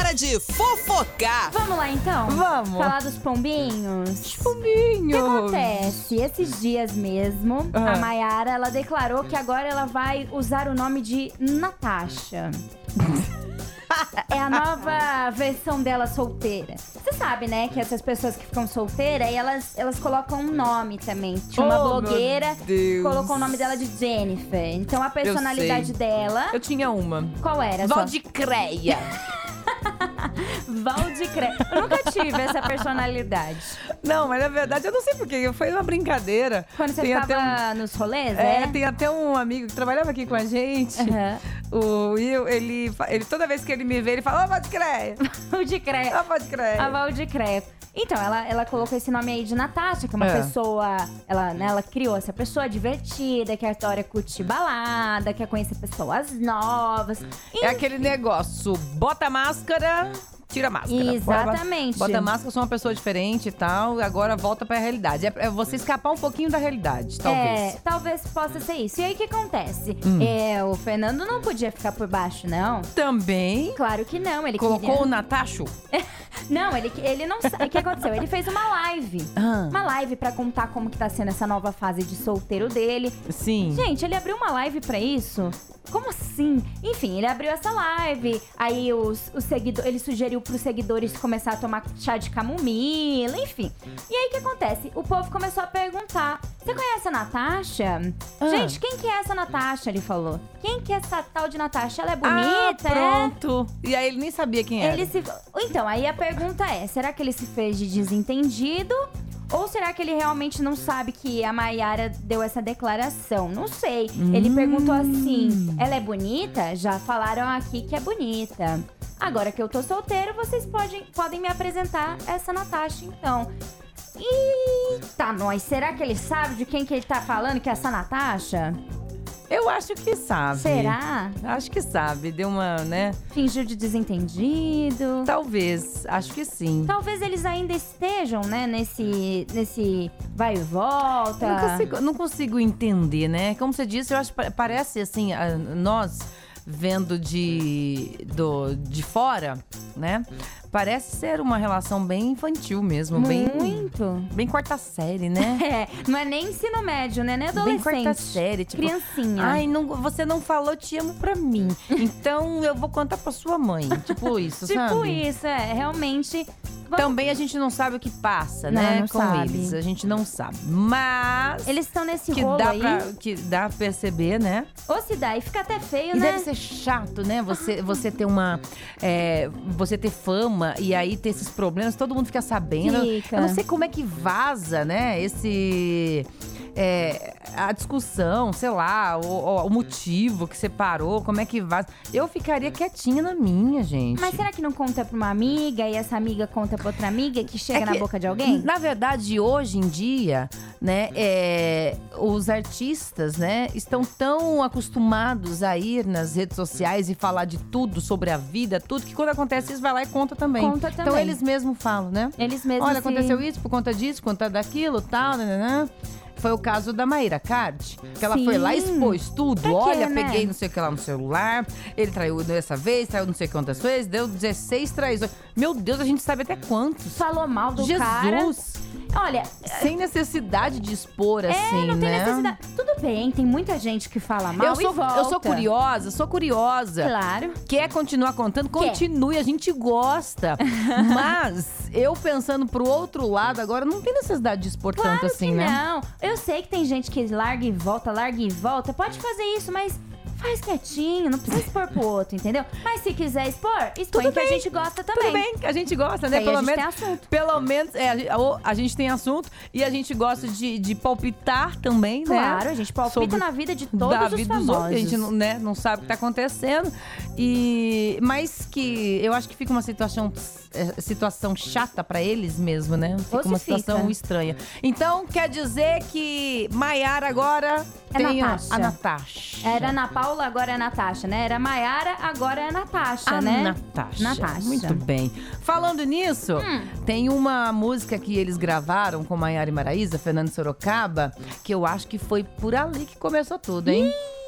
hora de fofocar. Vamos lá, então? Vamos. Falar dos pombinhos? Os pombinhos. O que acontece? Esses dias mesmo, a Maiara, ela declarou que agora ela vai usar o nome de Natasha. É a nova versão dela solteira. Você sabe, né, que essas pessoas que ficam solteiras, elas colocam um nome também. Tinha uma blogueira que colocou o nome dela de Jennifer. Então a personalidade dela… Eu tinha uma. Qual era? Valdicreia. Valdicreia. Eu nunca tive essa personalidade. Não, mas na verdade eu não sei porquê. Foi uma brincadeira. Quando você tem ficava nos rolês, né? Tem até um amigo que trabalhava aqui com a gente. O Will, ele toda vez que ele me vê, ele fala: Ô, Valdicreia! Valdicreia. Ô, Valdicreia. A Valdicreia. Então, ela colocou esse nome aí de Natasha, que é uma pessoa… Ela criou essa pessoa divertida, que adora curtir balada, quer conhecer pessoas novas. É aquele negócio, bota a máscara… Tira a máscara. Exatamente. Bota a máscara, eu sou uma pessoa diferente e tal. Agora volta pra realidade. É você escapar um pouquinho da realidade, talvez. Talvez possa ser isso. E aí, o que acontece? O Fernando não podia ficar por baixo, não. Também? Claro que não. Ele colocou o Natasha? Não, ele não sabe. O que aconteceu? Ele fez uma live. Uma live pra contar como que tá sendo essa nova fase de solteiro dele. Sim. Gente, ele abriu uma live pra isso? Como assim? Enfim, ele abriu essa live. Aí ele sugeriu pros seguidores começar a tomar chá de camomila, enfim. E aí, o que acontece? O povo começou a perguntar: você conhece a Natasha? Gente, quem que é essa Natasha? Ele falou. Quem que é essa tal de Natasha? Ela é bonita, pronto. E aí, ele nem sabia quem era. Então, aí a pergunta é: será que ele se fez de desentendido? Ou será que ele realmente não sabe que a Maiara deu essa declaração? Não sei. Ele perguntou assim: ela é bonita? Já falaram aqui que é bonita. Agora que eu tô solteiro, vocês podem me apresentar essa Natasha, então. Eita, nós. Será que ele sabe de quem que ele tá falando, que é essa Natasha? Eu acho que sabe. Será? Acho que sabe. Deu uma, né? Fingiu de desentendido. Talvez. Acho que sim. Talvez eles ainda estejam, né? Nesse vai e volta. Não consigo entender, né? Como você disse, eu acho que parece assim, nós vendo de fora, né? Parece ser uma relação bem infantil mesmo. Muito. Bem quarta série, né? Não é nem ensino médio, né? Nem adolescente. Bem quarta série, tipo… Criancinha. Ai, você não falou te amo pra mim. Então eu vou contar pra sua mãe. Tipo isso, sabe? Tipo isso, realmente… Também a gente não sabe o que passa, né? Não com sabe. eles. A gente não sabe. Mas… eles estão nesse rolo aí. Que dá pra perceber, né? Ou se dá, e fica até feio, e né? deve ser chato, né? Você ter uma… você ter fama e aí ter esses problemas, todo mundo fica sabendo. Fica. Eu não sei como é que vaza, né? A discussão, sei lá, o motivo que separou, como é que vaza. Eu ficaria quietinha na minha, gente. Mas será que não conta pra uma amiga e essa amiga conta pra outra amiga que chega na boca de alguém? Na verdade, hoje em dia, né, os artistas, né, estão tão acostumados a ir nas redes sociais e falar de tudo sobre a vida, tudo, que quando acontece isso, vai lá e conta também. Então eles mesmos falam, né? Eles mesmos. Olha, aconteceu isso por conta disso, por conta daquilo, tal, né? Foi o caso da Maíra Card, que ela foi lá e expôs tudo. Olha, peguei não sei o que lá no celular, ele traiu dessa vez, traiu não sei quantas vezes, deu 16 traições. Meu Deus, a gente sabe até quantos. Falou mal do cara. Jesus! Olha… Sem necessidade de expor, assim, não tem né? necessidade. Tudo bem, tem muita gente que fala mal e volta. Eu sou curiosa. Claro. Quer continuar contando? Continue, a gente gosta. Mas, eu pensando pro outro lado agora, não tem necessidade de expor tanto assim, né? Não, eu sei que tem gente que larga e volta. Pode fazer isso, mas… faz quietinho, não precisa expor pro outro, entendeu? Mas se quiser expor, expõe que a gente gosta também. Tudo bem, que a gente gosta, né? Aí a gente tem assunto. Pelo menos, a gente tem assunto e a gente gosta de palpitar também, né? Claro, a gente palpita na vida de todos os famosos. A gente não sabe o que tá acontecendo. Mas que eu acho que fica uma situação chata pra eles mesmo, né? Fica uma situação estranha. Então, quer dizer que Maiara agora tem Natasha. a Natasha. Era Ana Paula, agora é Natasha, né? Era Maiara, agora é Natasha, né? Natasha. Muito bem. Falando nisso, tem uma música que eles gravaram com Maiara e Maraísa, Fernando Sorocaba, que eu acho que foi por ali que começou tudo, hein?